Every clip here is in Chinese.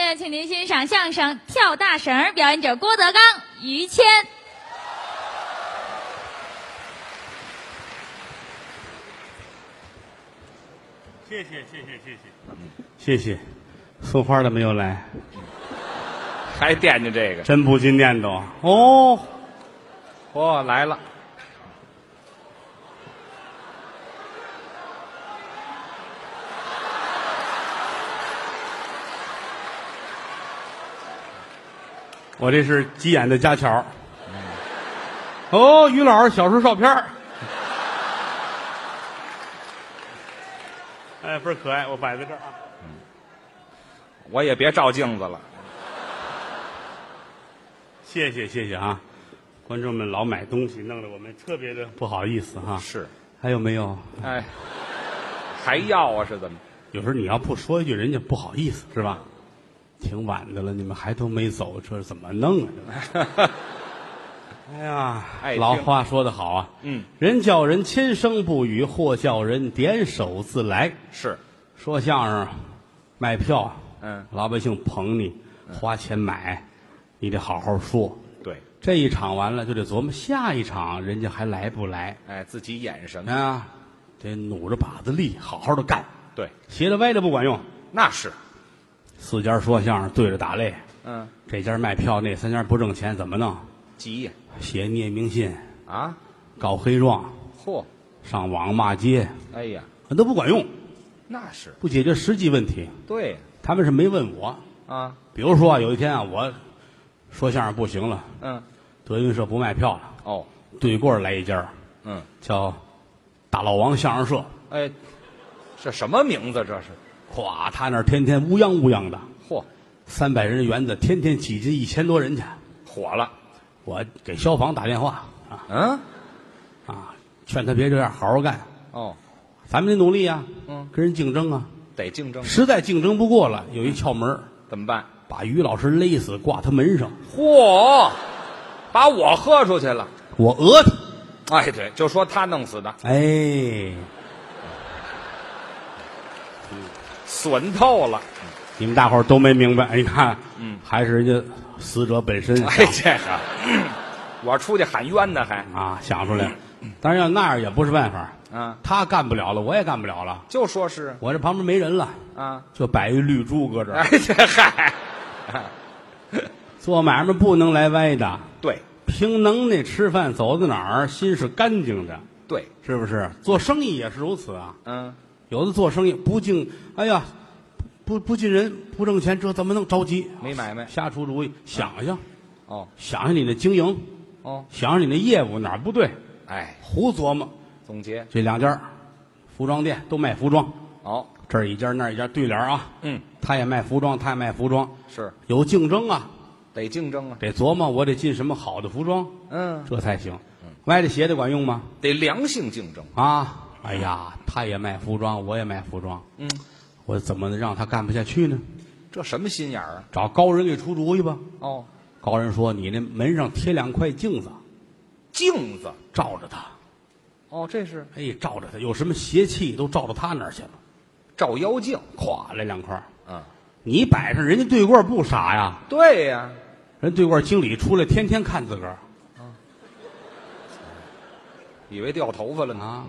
有请您欣赏相声《跳大绳》，表演者郭德纲、于谦。 谢谢，送花的没有来， 还惦记这个真不禁念叨哦。 哦，来了。 我这是急眼的家巧。哦，于老师小时候照片儿哎，倍儿可爱，我摆在这儿啊。 我也别照镜子了。 谢谢啊！观众们老买东西，弄得我们特别的不好意思哈。 是， 还有没有？ 哎，还要啊？是怎么？ 有时候你要不说一句，人家不好意思，是吧？挺晚的了，你们还都没走，这怎么弄啊？哎呀，老话说得好啊，人叫人千声不语，货叫人点手自来。 是， 说相声，卖票，老百姓捧你，花钱买，你得好好说。 对， 这一场完了，就得琢磨下一场人家还来不来。 哎，自己演什么啊？得努着把子力，好好的干。 对， 斜的歪的不管用。 那是。 4家说相声对着打擂，这家卖票，那3家不挣钱，怎么弄？ 急呀！ 写匿名信啊， 告黑状， 嚯， 上网骂街， 哎呀， 那都不管用， 那是不解决实际问题。 对， 他们是没问我啊。 比如说有一天啊，我说相声不行了，德云社不卖票了， 哦， 对过来一家，叫大老王相声社， 哎，这什么名字？这是？ 咵，他那儿天天乌泱乌泱的， 嚯 ，300人的园子，天天挤进1000多人去， 火了。 我给消防打电话劝他别这样，好好干。 哦， 咱们得努力啊，跟人竞争啊， 得竞争。 实在竞争不过了，有一窍门， 怎么办？ 把于老师勒死，挂他门上。 嚯，把我喝出去了， 我讹他。 哎，对，就说他弄死的。 哎， 损透了。 你们大伙儿都没明白，你看，还是人家死者本身。 哎，这个，我出去喊冤呢，还想出来。当然要那样也不是办法。他干不了了，我也干不了了。 就说是我这旁边没人了就摆一绿珠搁这儿。 哎，这嗨， 做买卖不能来歪的。 对， 凭能耐吃饭，走到哪儿心是干净的。 对， 是不是？做生意也是如此啊。有的做生意不敬，哎呀，不进人，不挣钱，这怎么能着急？ 没买卖， 瞎出主意，想想，想想你的经营，想想你的业务哪儿不对， 哎， 胡琢磨。 总结这2家服装店都卖服装，这儿一家那儿一家对联啊，他也卖服装，他也卖服装， 是有竞争啊， 得竞争啊， 得琢磨我得进什么好的服装，这才行。歪的斜的管用吗？ 得良性竞争啊！哎呀，他也卖服装，我也卖服装，我怎么让他干不下去呢？ 这什么心眼儿啊？ 找高人给出主意吧。 高人说你那门上贴2块镜子， 镜子照着他。 这是照着他，有什么邪气都照到他那儿去了。 照妖镜， 咵来2块。你摆上，人家对过不傻呀。 对呀， 人对过经理出来天天看自个儿， 以为掉头发了呢。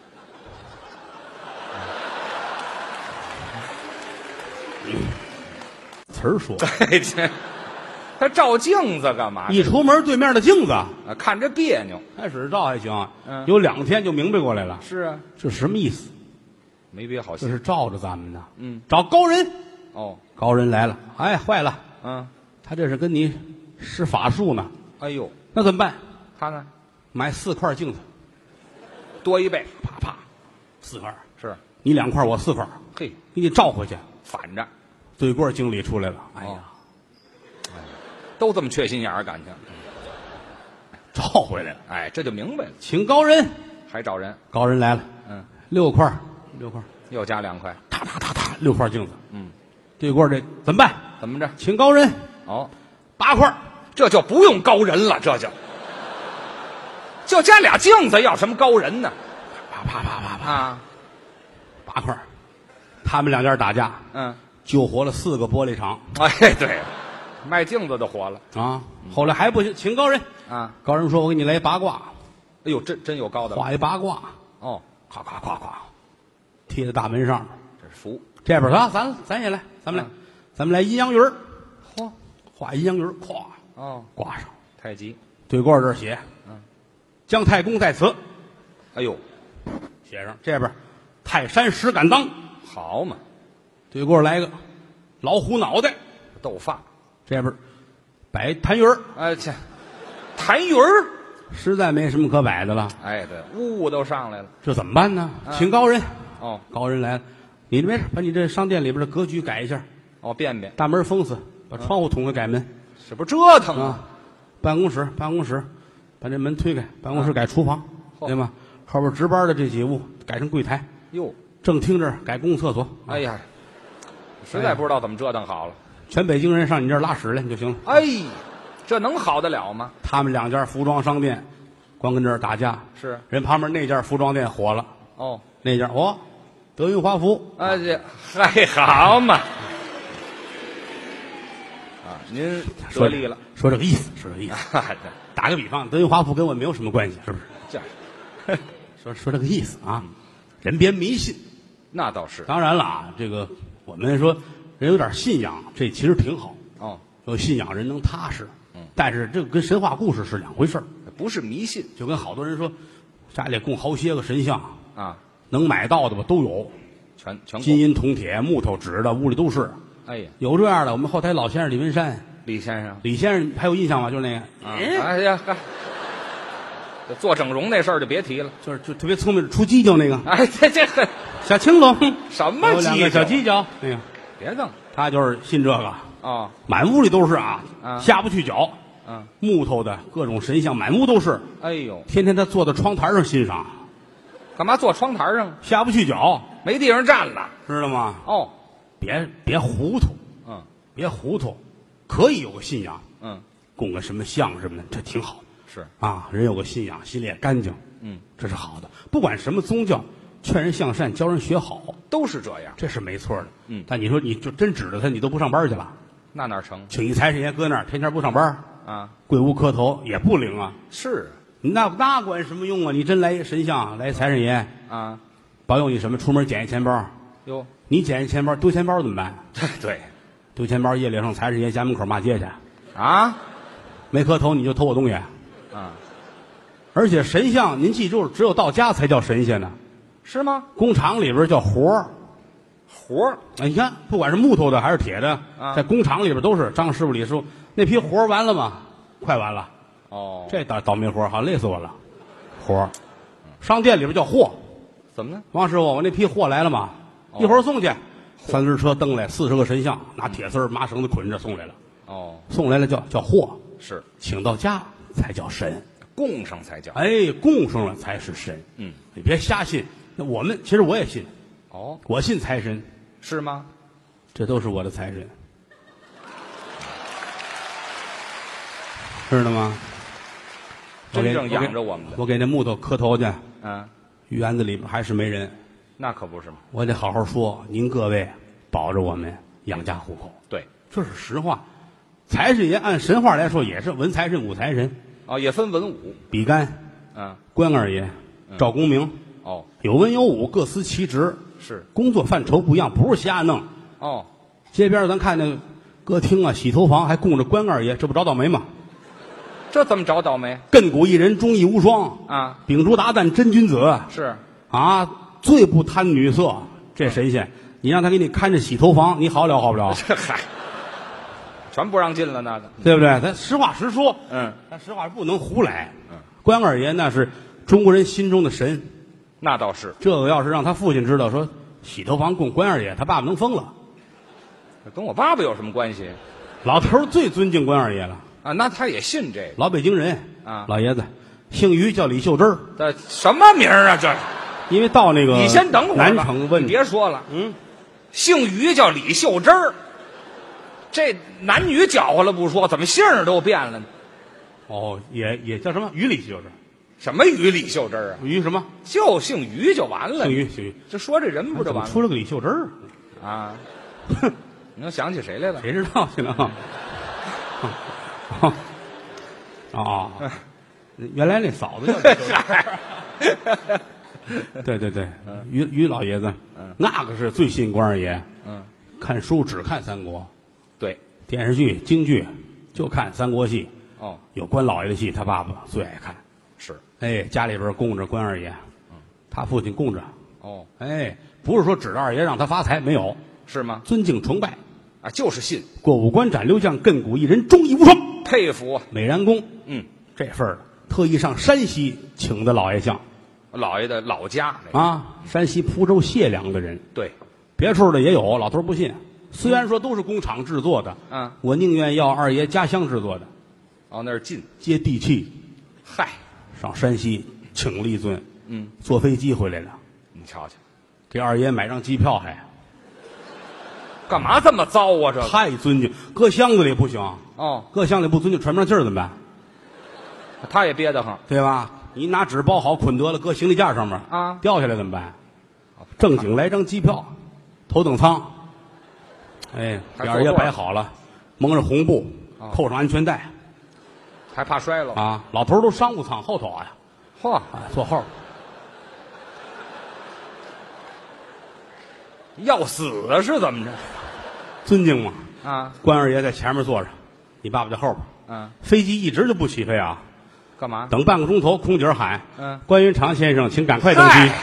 词儿说， 这他照镜子干嘛？ 一出门对面的镜子， 看着别扭。 开始照还行，有2天就明白过来了。 是啊， 这什么意思？ 没别好心， 这是照着咱们的。找高人。高人来了，哎，坏了，他这是跟你施法术呢。 哎呦， 那怎么办？ 他呢？ 买4块镜子， 多1倍， 啪啪，4块。 是你2块，我4块。 嘿， 给你照回去， 反着。 对过经理出来了，哎呀， 都这么缺心眼儿，感情照回来了。 哎，这就明白了。 请高人， 还找人。 高人来了，6块， 又加2块， 哒哒哒哒，6块镜子。对过这怎么办？ 怎么着？ 请高人。8块， 这就不用高人了，这就加俩镜子，要什么高人呢？ 啪啪啪啪啪，8块。他们2家打架， 救活了4个玻璃厂。 哎，对，卖镜子的火了啊！后来还不行，请高人啊！ 高人说：“我给你来八卦。” 哎呦，真有高的画一八卦哦， 夸夸夸夸，贴在大门上。 这是符。 这边啊，咱也来，咱们来，咱们来阴阳鱼儿。 嚯， 画阴阳鱼儿，咵哦， 挂上。 太极。 对过这儿写，姜太公在此。 哎呦， 写上这边，泰山石敢当。 好嘛， 对过来个老虎脑袋， 斗发。 这边摆痰盂儿。 哎切，痰盂儿， 实在没什么可摆的了。 哎，对，雾都上来了， 这怎么办呢？请高人。 哦， 高人来了，你没事，把你这商店里边的格局改一下。 哦，变， 大门封死，把窗户捅开改门。 这不折腾啊！办公室，把这门推开，办公室改厨房，对吗？后边值班的这几屋改成柜台。 哟， 正厅这儿改公共厕所。 哎呀，实在不知道怎么折腾好了。 全北京人上你这儿拉屎来就行了。 哎，这能好得了吗？ 他们2家服装商店，光跟这儿打架。 是人旁边那家服装店火了。 哦， 那家德云华服。 啊，这嗨好嘛。啊，您得力了， 说这个意思，说这个意思。打个比方，德云华服跟我没有什么关系，是不是？ 这说这个意思啊，人别迷信。 那倒是。 当然了啊，这个我们说人有点信仰，这其实挺好。 哦， 有信仰人能踏实。但是这个跟神话故事是两回事儿， 不是迷信。 就跟好多人说，家里供好些个神像啊， 能买到的吧都有， 全金银铜铁木头纸的屋里都是。 哎呀， 有这样的，我们后台老先生李文山， 李先生还有印象吗？就是那个， 哎呀，这做整容那事儿就别提了， 就特别聪明，出犄角那个。 哎，这小青龙， 什么犄角？小犄角那个， 别弄， 他就是信这个。 哦， 满屋里都是啊，下不去脚。木头的各种神像，满屋都是。 哎呦， 天天他坐在窗台上欣赏。 干嘛坐窗台上？ 下不去脚， 没地方站了， 知道吗？ 哦， 别糊涂，别糊涂，可以有个信仰，供个什么像什么的，这挺好。 是啊，人有个信仰，心里也干净，这是好的。不管什么宗教，劝人向善，教人学好， 都是这样， 这是没错的。但你说你就真指着他，你都不上班去了， 那哪成？ 请一财神爷搁那儿，天天不上班啊， 跪屋磕头也不灵啊。 是， 那管什么用啊？你真来一神像，来一财神爷啊， 保佑你什么？出门捡一钱包， 哟， 你捡一钱包丢钱包怎么办？ 对， 丢钱包夜里上财神爷家门口骂街去啊， 没磕头你就偷我东西啊！ 而且神像您记住，只有到家才叫神仙呢， 是吗？ 工厂里边叫活儿。你看，不管是木头的还是铁的，在工厂里边都是张师傅、李师傅那批活完了吗？快完了。 哦， 这倒霉活好累死我了。活商店里边叫货， 怎么呢？ 王师傅，我那批货来了吗？一会儿送去。3轮车蹬来40个神像，拿铁丝麻绳子捆着送来了。 哦， 送来了叫货， 是请到家才叫神， 供上才叫。 哎，供上了才是神。你别瞎信。那其实我也信。 哦， 我信财神。 是吗？ 这都是我的财神，知道吗？ 真正养着我们的。 我给那木头磕头去，园子里边还是没人， 那可不是嘛。 我得好好说，您各位保着我们养家糊口。 对， 这是实话。财神爷按神话来说也是文财神、武财神。 哦，也分文武。 比干，关二爷，赵公明。 哦， 有文有武，各司其职。 是工作范畴不一样，不是瞎弄。 哦， 街边咱看那个歌厅啊、洗头房还供着关二爷，这不找倒霉吗？ 这怎么找倒霉？ 亘古一人，忠义无双啊！ 秉烛达旦，真君子是啊，最不贪女色。这神仙，你让他给你看着洗头房，你好了？ 这嗨，全不让进了那个， 对不对？咱实话实说，咱实话不能胡来。关二爷那是中国人心中的神。 那倒是， 这个要是让他父亲知道，说洗头房供关二爷，他爸爸能疯了。 跟我爸爸有什么关系？ 老头儿最尊敬关二爷了啊，那他也信这个。 老北京人啊， 老爷子姓于，叫李秀珍。 这什么名儿啊？这因为到那个你先等会儿南城问， 你别说了，姓于叫李秀珍儿，这男女搅和了不说，怎么姓儿都变了呢？ 哦，也叫什么于李秀珍？ 什么于李秀珍啊？ 于什么？ 就姓于就完了。 姓于， 这说这人不就完了？ 出了个李秀珍啊？ 你又想起谁来了？ 谁知道去呢？哦，原来那嫂子叫对对对，于老爷子，那个是最信关二爷。看书只看三国， 对，电视剧、京剧就看三国戏。 哦， 有关老爷的戏，他爸爸最爱看。 是， 哎，家里边供着关二爷，他父亲供着。 哦， 哎，不是说指着二爷让他发财，没有， 是吗？ 尊敬崇拜啊，就是信。 过五关斩六将，亘古一人，忠义无双， 佩服。 美髯公， 这份儿的，特意上山西请的老爷像， 老爷的老家啊，山西蒲州解良的人。 对， 别处的也有，老头不信。虽然说都是工厂制作的，我宁愿要二爷家乡制作的。 哦，那是近， 接地气。 嗨， 上山西请了一尊，坐飞机回来了。 你瞧瞧， 给二爷买张机票还。 干嘛这么糟啊？这太尊敬，搁箱子里不行。 哦， 搁箱里不尊敬，喘不上气儿怎么办？ 他也憋得慌， 对吧？你拿纸包好，捆得了，搁行李架上面啊， 掉下来怎么办？正经来张机票，头等舱。哎，给二爷摆好了，蒙着红布，扣上安全带， 还怕摔了啊！老头都商务舱后头啊， 嚯， 坐后。 要死啊？是怎么着？ 尊敬嘛啊！ 关二爷在前面坐着，你爸爸在后边。飞机一直就不起飞啊。 干嘛？ 等半个钟头，空姐喊：“关云长先生，请赶快登机。”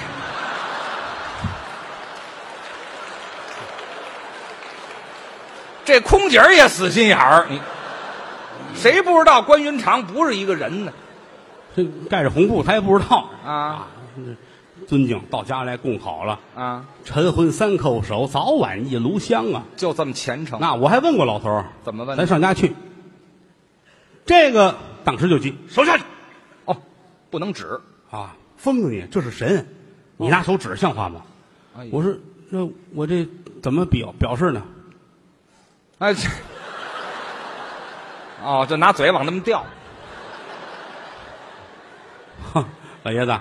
这空姐也死心眼儿，你谁不知道关云长不是一个人呢？ 这盖着红布，他也不知道啊。 尊敬，到家来供好了啊， 晨昏三叩首，早晚一炉香啊， 就这么虔诚。 那我还问过老头儿， 怎么问？ 咱上家去。这个当时就急，手下去。 哦，不能指啊！疯子你，这是神，你拿手指像话吗？我说，那我这怎么表示呢？ 哎，哦，就拿嘴往那么吊。 哼，老爷子，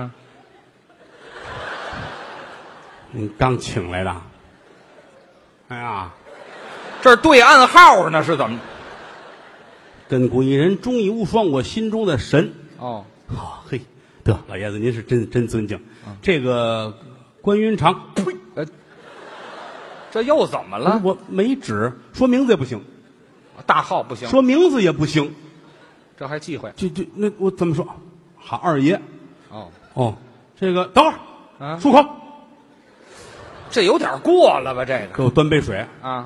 你刚请来的？哎呀， 这是对暗号呢，是怎么？ 亘古一人，忠义无双，我心中的神。 哦， 好，嘿，得，老爷子您是真尊敬。这个关云长，呸， 这又怎么了？ 我没指，说名字也不行， 大号不行， 说名字也不行， 这还忌讳。 就那我怎么说？喊二爷。 哦， 这个等会儿，漱口。 这有点过了吧？这个， 给我端杯水啊。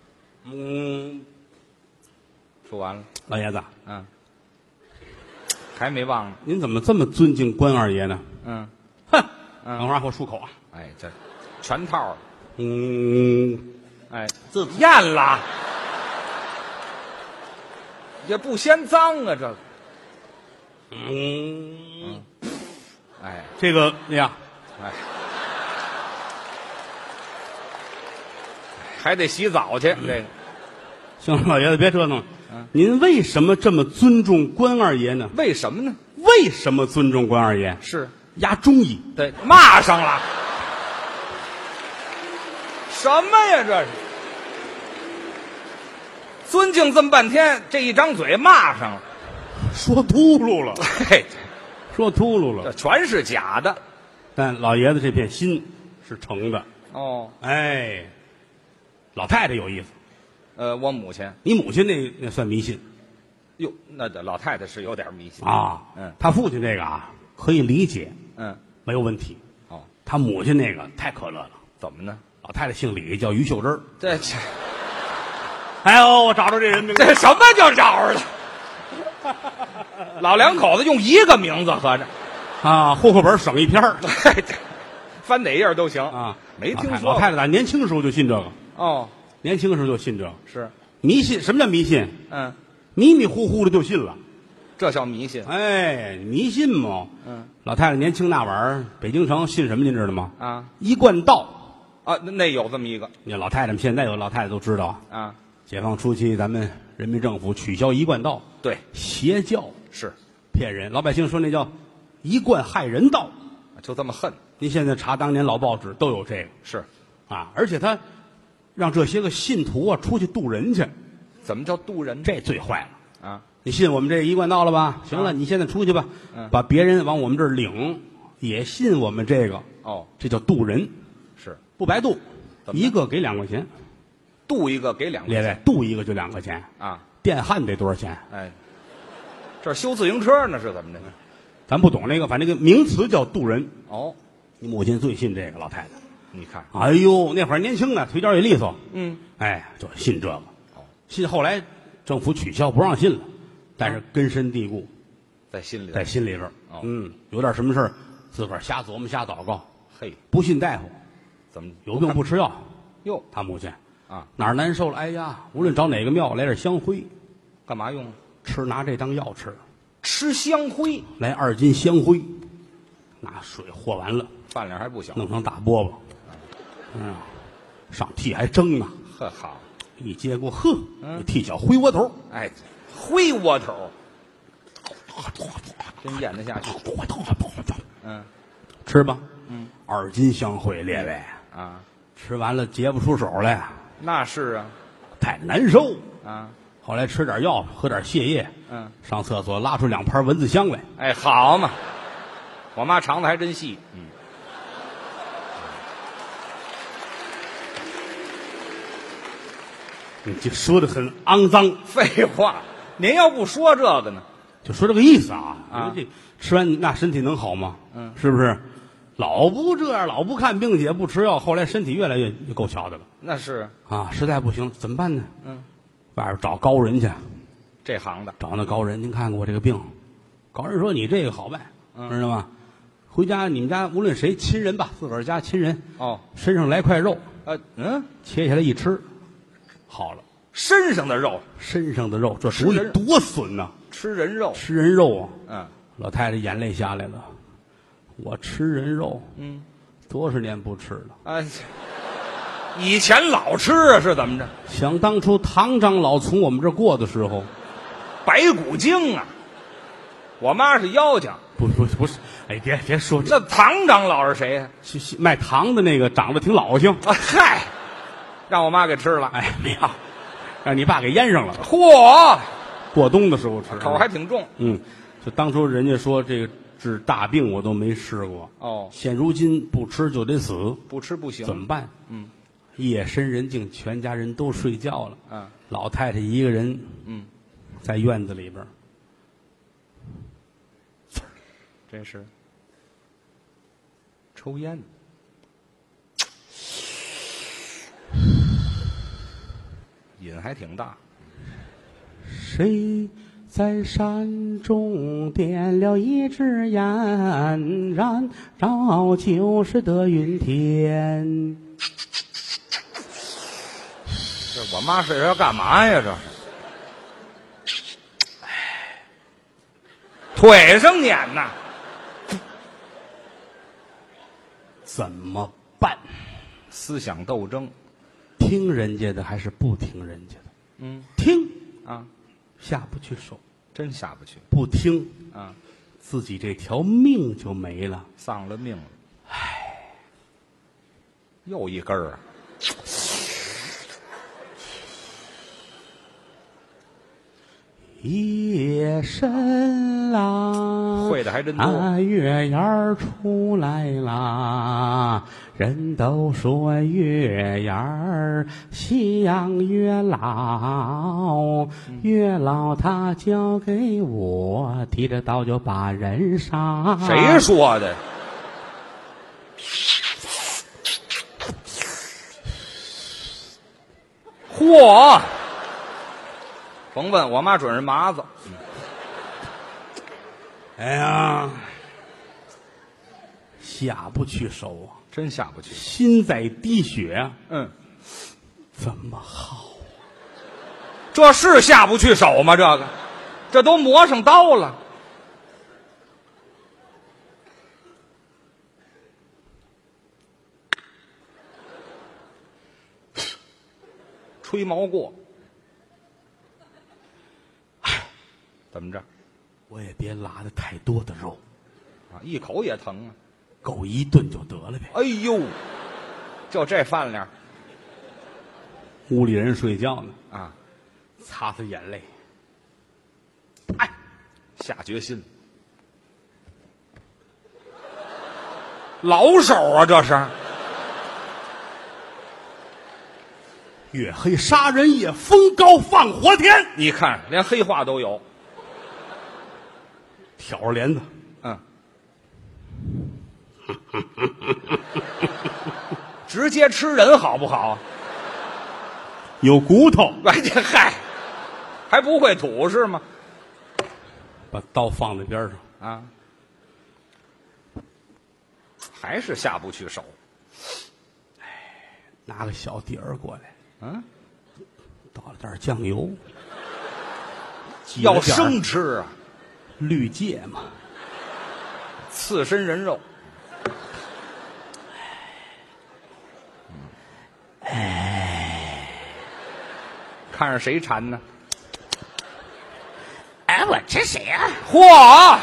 说完了， 老爷子， 还没忘呢。 您怎么这么尊敬关二爷呢？ 哼， 等会儿我漱口啊。 哎，这全套了。 哎， 这咽了，也不嫌脏啊，这个。哎， 这个呀， 哎，还得洗澡去。这个， 行，老爷子别折腾了。您为什么这么尊重关二爷呢？ 为什么呢？ 为什么尊重关二爷？ 是压忠义。 对，骂上了。什么呀？这是尊敬这么半天，这一张嘴骂上了， 说秃噜了。 嘿， 说秃噜了， 这全是假的。 但老爷子这片心是诚的。 哦， 哎，老太太有意思。 我母亲， 你母亲那算迷信。 哟，那老太太是有点迷信啊。他父亲这个啊可以理解，没有问题。 哦， 他母亲那个太可乐了。 怎么呢？ 老太太姓李，叫于秀珍。 这， 哎呦，我找着这人名。 这什么叫找着了？老两口子用一个名字合着啊，户口本省一篇儿， 翻哪页都行啊。 没听说。 老太太年轻的时候就信这个。 哦， 年轻的时候就信这个。 是迷信。什么叫迷信？迷迷糊糊的就信了， 这叫迷信。 哎，迷信嘛。老太太年轻那玩意儿，北京城信什么您知道吗？ 啊， 一贯道。 啊，那有这么一个。 你看老太太们现在有老太太都知道啊。 解放初期，咱们人民政府取消一贯道。 对， 邪教是骗人，老百姓说那叫一贯害人道， 就这么恨。 您现在查当年老报纸都有这个。 是啊， 而且他让这些个信徒啊出去渡人去。 怎么叫渡人？ 这最坏了啊！ 你信我们这一贯道了吧？行了，你现在出去吧，把别人往我们这儿领，也信我们这个。 哦， 这叫渡人， 是不白渡，一个给2块钱， 渡一个给2块钱。 列位，渡一个就2块钱啊！ 电焊得多少钱？ 哎，这修自行车呢是怎么着？ 咱不懂那个，反正这个名词叫渡人。 哦， 你母亲最信这个老太太。 你看， 哎呦，那会儿年轻啊，腿脚也利索。 哎， 就信这个。信后来政府取消不让信了，但是根深蒂固， 在心里， 在心里边。有点什么事儿，自个儿瞎琢磨瞎祷告。 嘿， 不信大夫， 怎么有病不吃药？ 哟， 他母亲啊， 哪儿难受了？哎呀，无论找哪个庙来点香灰， 干嘛用？ 拿这当药吃。 吃香灰， 来2斤香灰，拿水和完了， 饭量还不小， 弄成大饽饽，上屉还蒸呢。 呵好， 一接过，呵，一屉叫灰窝头。 哎，灰窝头，真咽得下去。 吃吧。2斤香灰，列位啊， 吃完了结不出手来。 那是啊， 太难受啊。 后来吃点药，喝点泻液，上厕所拉出2盘蚊子香来。 哎，好嘛，我妈肠子还真细。 你这说的很肮脏。 废话，您要不说这个呢？ 就说这个意思啊。因为这吃完那身体能好吗？是不是？老不这样，老不看病也不吃药，后来身体越来越够瞧的了。 那是啊，实在不行怎么办呢？外边找高人去。 这行的找那高人，您看看我这个病。高人说你这个好办，知道吗？回家你们家无论谁亲人吧，自个儿家亲人身上来块肉，切下来一吃，好了。 身上的肉， 这主意多损呐！ 吃人肉啊！老太太眼泪下来了。我吃人肉，多少年不吃了。 哎，以前老吃啊，是怎么着？ 想当初唐长老从我们这儿过的时候， 白骨精啊！我妈是妖精。 不是，哎，别说那唐长老是谁呀？ 卖糖的那个，长得挺老性。 嗨，让我妈给吃了。 哎，没有，让你爸给腌上了。 嚯！ 过冬的时候吃， 口还挺重。 就当初人家说这个治大病我都没试过。现如今不吃就得死， 不吃不行， 怎么办？夜深人静，全家人都睡觉了。老太太一个人，在院子里边。 这是抽烟，瘾还挺大。 谁在山中点了一支烟，燃照旧时的云天。 这我妈这是要干嘛呀？这腿上撵呐！ 怎么办？ 思想斗争， 听人家的还是不听人家的？听啊，下不去手， 真下不去。 不听啊， 自己这条命就没了， 丧了命了。唉，又一根儿啊！ 夜深啦， 会的还真多。 月牙儿出来啦，人都说月牙儿像月老，月老他交给我，提着刀就把人杀。 谁说的？嚯！甭问，我妈准是麻子。 哎呀，下不去手啊， 真下不去， 心在滴血啊。怎么好？ 这是下不去手吗？这都磨上刀了。吹毛过。怎么着？ 我也别拉的太多的肉， 一口也疼啊， 够一顿就得了呗。 哎呦，就这饭量， 屋里人睡觉呢， 啊， 擦擦眼泪， 哎，下决心，老手啊，这是。 月黑杀人夜，风高放火天。 你看，连黑话都有。 挑着帘子， 嗯，直接吃人好不好？ 有骨头， 哎，这嗨，还不会吐是吗？ 把刀放在边上啊，还是下不去手。 拿个小碟儿过来， 嗯， 倒了点酱油， 要生吃啊， 绿芥嘛， 刺身人肉。看着谁馋呢？ 哎，我吃谁呀？ 嚯！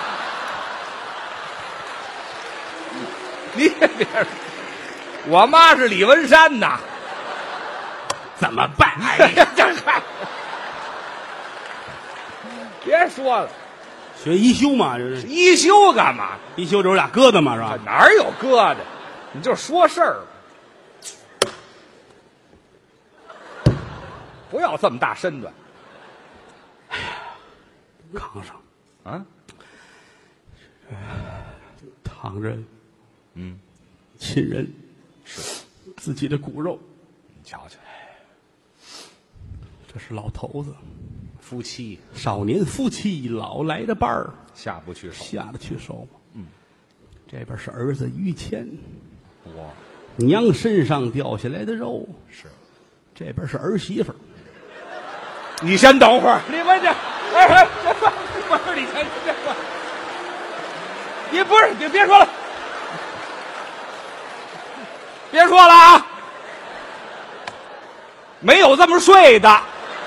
你也别说，我妈是李文山呐， 怎么办？ 哎呀，这嗨，别说了， 学一休嘛，这是一休干嘛？ 一休，这有俩疙瘩嘛，是吧？ 哪儿有疙瘩？你就说事儿，不要这么大身段。 炕上啊， 躺着，亲人是自己的骨肉， 你瞧瞧， 这是老头子， 夫妻少年夫妻老来的伴儿， 下不去手。 下得去手吗？这边是儿子于谦， 哇， 娘身上掉下来的肉， 是， 这边是儿媳妇儿， 你先等会儿，你们这，哎，不是你先别说，你不是你别说了，别说了啊，没有这么睡的，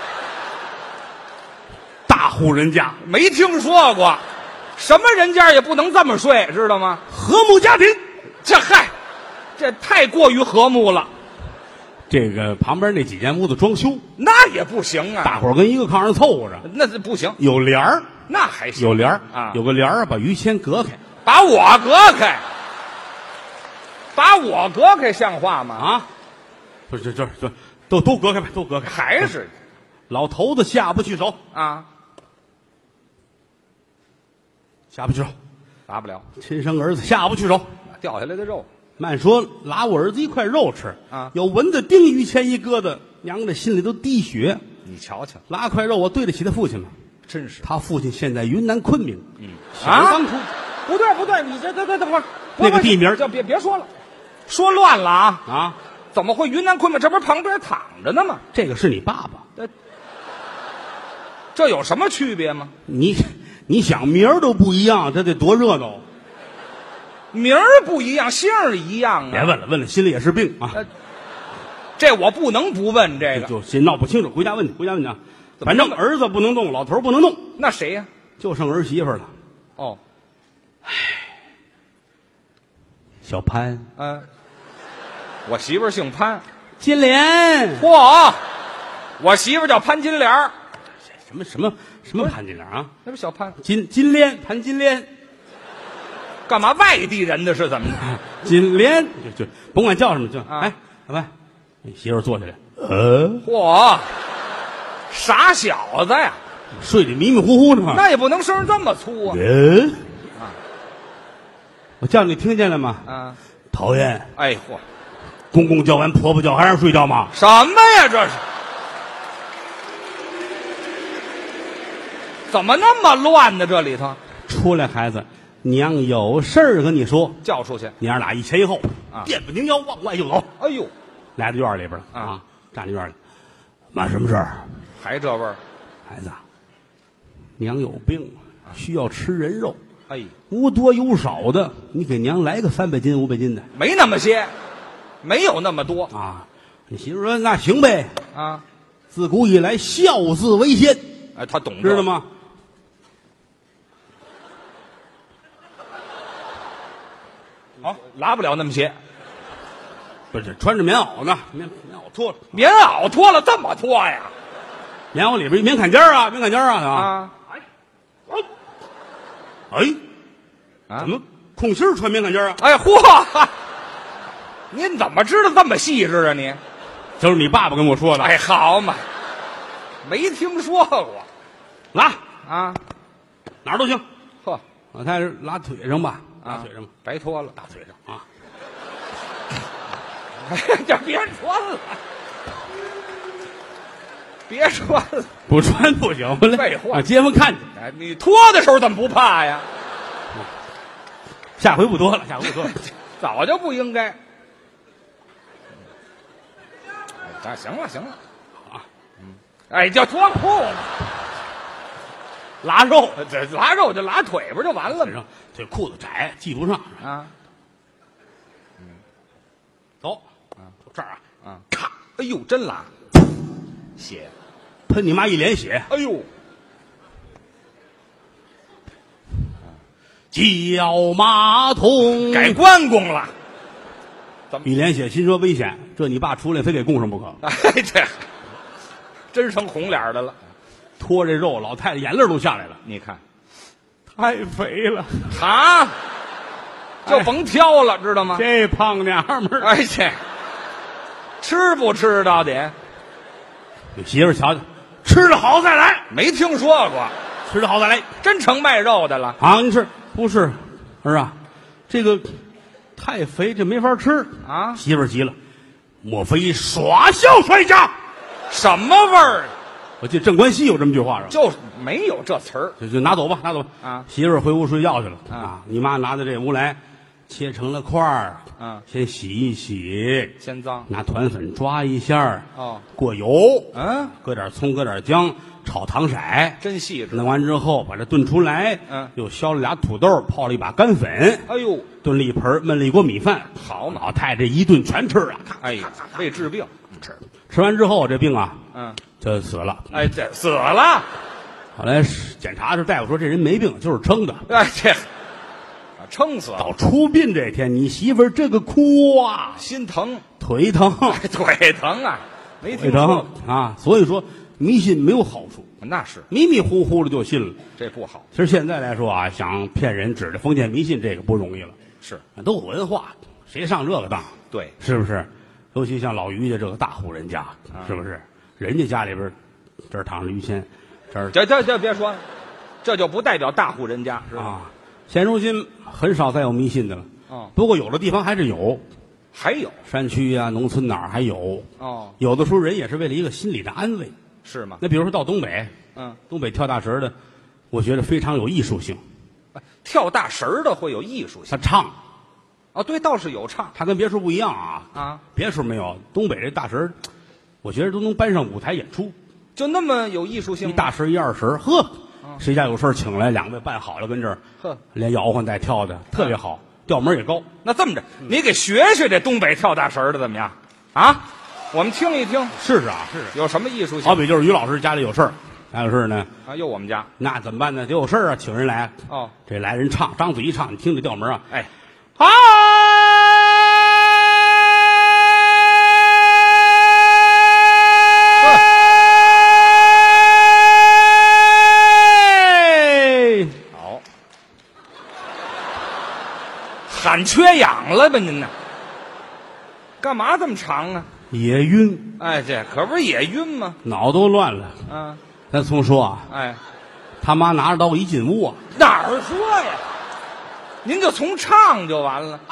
大户人家， 没听说过，什么人家也不能这么睡，知道吗？ 和睦家庭。 这嗨，这太过于和睦了， 这个旁边那几间屋子装修， 那也不行啊， 大伙儿跟一个炕上凑合着， 那是不行， 有帘儿， 那还行， 有帘儿啊， 有个帘儿把于谦隔开把我隔开，把我隔开像话吗？ 啊，不是这都隔开吧，都隔开， 还是老头子下不去手， 啊， 下不去手， 打不了， 亲生儿子下不去手。 掉下来的肉， 慢说拉我儿子一块肉吃啊有蚊子叮于谦一疙瘩，娘的心里都滴血。 你瞧瞧， 拉块肉，我对得起他父亲吗？ 真是他父亲现在云南昆明，想啊当初不对不对，你这等会儿， 那个地名就别说了，说乱了啊！ 啊， 怎么会云南昆明？这不是旁边躺着呢吗？ 这个是你爸爸， 这有什么区别吗？ 你想名儿都不一样，这得多热闹！ 名儿不一样，姓儿一样啊！ 别问了，问了心里也是病啊。 这我不能不问这个。 就心闹不清楚，回家问去，回家问去啊。反正儿子不能动，老头不能动， 那谁呀？ 就剩儿媳妇了。 哦， 小潘， 我媳妇儿姓潘。 金莲， 嚯，我媳妇儿叫潘金莲儿， 什么潘金莲啊？ 那不小潘？ 金莲，潘金莲， 干嘛外地人的是怎么着？ 金莲，就甭管叫什么，就啊哎，老潘，你媳妇儿坐起来， 嚯，傻小子呀！ 睡得迷迷糊糊的嘛。 那也不能声这么粗啊！ 我叫你听见了吗？ 啊， 讨厌， 哎嚯， 公公叫完，婆婆叫，还让睡觉吗？ 什么呀这是？怎么那么乱呢？这里头出来，孩子，娘有事儿跟你说。 叫出去。 娘俩一前一后， 啊电不拧腰往外就走， 哎呦， 来到院里边了啊， 站在院里，妈什么事儿？ 还这味儿？ 孩子，娘有病，需要吃人肉， 哎， 无多有少的，你给娘来个300斤500斤的没那么些，没有那么多啊。你媳妇说那行呗， 啊。 自古以来孝字为先， 哎，他懂知道？吗？ 好，拉不了那么些。 不是穿着棉袄呢，棉袄脱了， 棉袄脱了这么脱呀？ 棉袄里边棉坎肩啊，棉坎肩啊， 啊， 哎，怎么空心穿棉坎肩啊？ 哎嚯，您怎么知道这么细致啊你？ 就是你爸爸跟我说的。 哎，好嘛，没听说过。 拉啊， 哪儿都行。 呵， 我看是拉腿上吧，拉腿上， 白脱了， 大腿上啊。 这别穿了，别穿了， 不穿不行，回来废话， 街坊看见。 哎，你脱的时候怎么不怕呀？ 下回不脱了，下回不脱了， 早就不应该。啊，行了行了，啊，哎，就脱裤子， 拉肉， 这拉肉就拉腿不就完了吗？ 这裤子窄，系不上啊。 走啊，这儿啊， 咔，哎呦，真拉，血， 喷你妈一脸血， 哎呦， 叫马桶改关公了。 一脸血，心说危险，这你爸出来非给供上不可。 哎，这真成红脸的了， 拖这肉，老太太眼泪都下来了。 你看， 太肥了啊，就甭挑了，知道吗？ 这胖娘们儿， 哎这吃不吃到底？ 你媳妇瞧瞧，吃得好再来， 没听说过， 吃得好再来， 真成卖肉的了啊！你吃不是儿啊？这个太肥，这没法吃啊！ 媳妇儿急了，莫非耍孝衰家？ 什么味儿？ 我记得镇关西有这么句话是吧？ 就是没有这词儿， 就拿走吧，拿走吧。 啊！ 媳妇儿回屋睡觉去了啊！ 你妈拿到这屋来，切成了块儿，先洗一洗， 先脏， 拿团粉抓一下，过油，搁点葱，搁点姜，炒糖色， 真细致。 弄完之后把这炖出来，又削了俩土豆，泡了一把干粉， 哎呦， 炖了一盆，焖了一锅米饭， 好嘛！ 老太太一顿全吃啊！ 哎呀，为治病吃完之后这病啊，就死了。 哎，这死了。 后来检查时，大夫说这人没病，就是撑的。 哎，这撑死了。 到出殡这天，你媳妇儿这个哭啊， 心疼， 腿疼， 腿疼啊，没听说啊。所以说迷信没有好处， 那是迷迷糊糊的就信了， 这不好。 其实现在来说啊，想骗人指着封建迷信这个不容易了， 是都有文化，谁上这个当？ 对， 是不是？尤其像老于家这个大户人家，是不是？人家家里边这儿躺着于谦， 这别说了，这就不代表大户人家，是吧？ 啊，现如今很少再有迷信的了。不过有的地方还是有， 还有山区啊、农村哪儿还有。有的时候人也是为了一个心理的安慰， 是吗？ 那比如说到东北，东北跳大神的，我觉得非常有艺术性。 跳大神的会有艺术性， 他唱。 对，倒是有唱， 他跟别处不一样啊！ 别处没有，东北这大神，我觉得都能搬上舞台演出， 就那么有艺术性。 一大神一二神，呵，谁家有事请来两位办好了，跟这儿， 呵， 连摇晃带跳的，特别好，调门也高。 那这么着，你给学学这东北跳大神的怎么样？啊，我们听一听， 试试啊， 有什么艺术性？ 好比就是于老师家里有事儿，家有事儿呢， 又我们家， 那怎么办呢？得有事儿啊，请人来。这来人唱，张嘴一唱，你听这调门啊， 哎， 啊。 喊缺氧了吧您呢？干嘛这么长啊？ 也晕。 哎，这可不是也晕吗？ 脑都乱了。咱从说啊，他妈拿着刀一进屋啊， 哪儿说呀？您就从唱就完了。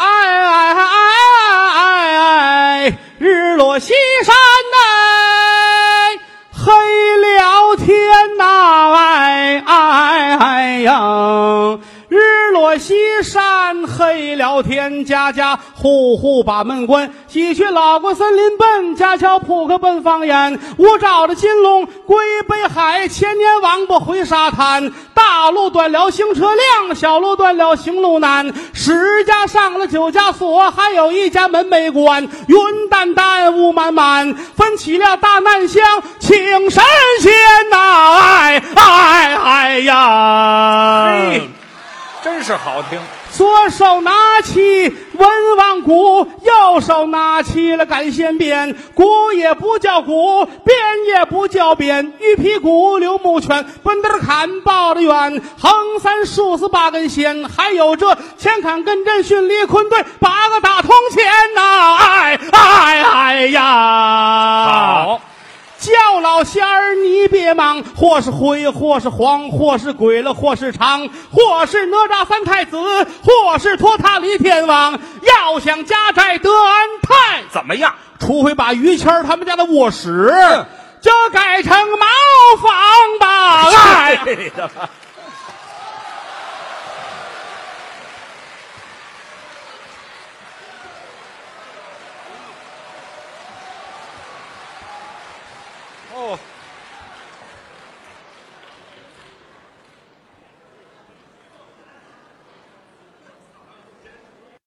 哎，日落西山呐，黑了天呐，哎呀。日落西山黑了天，家家户户把门关，喜鹊老过森林奔，家桥扑克奔放眼，我照着金龙归北海，千年王八回沙滩，大路断了行车辆，小路断了行路难，10家上了9家锁，还有1家门没关，云淡淡雾漫漫，分起了大南乡，请神仙呐，哎呀， 真是好听。 左手拿起文王鼓，右手拿起了赶弦鞭，鼓也不叫鼓，鞭也不叫鞭，鱼皮鼓，刘木拳，奔得砍抱得远，横三竖四八根弦，还有这前砍跟针训李坤队八个大铜钱呐、哎呀！ 好。 叫老仙儿你别忙，或是灰，或是黄，或是鬼了，或是长，或是哪吒三太子，或是托塔李天王。要想家宅得安泰， 怎么样？ 除非把于谦他们家的卧室就改成茅房吧。 对的吧？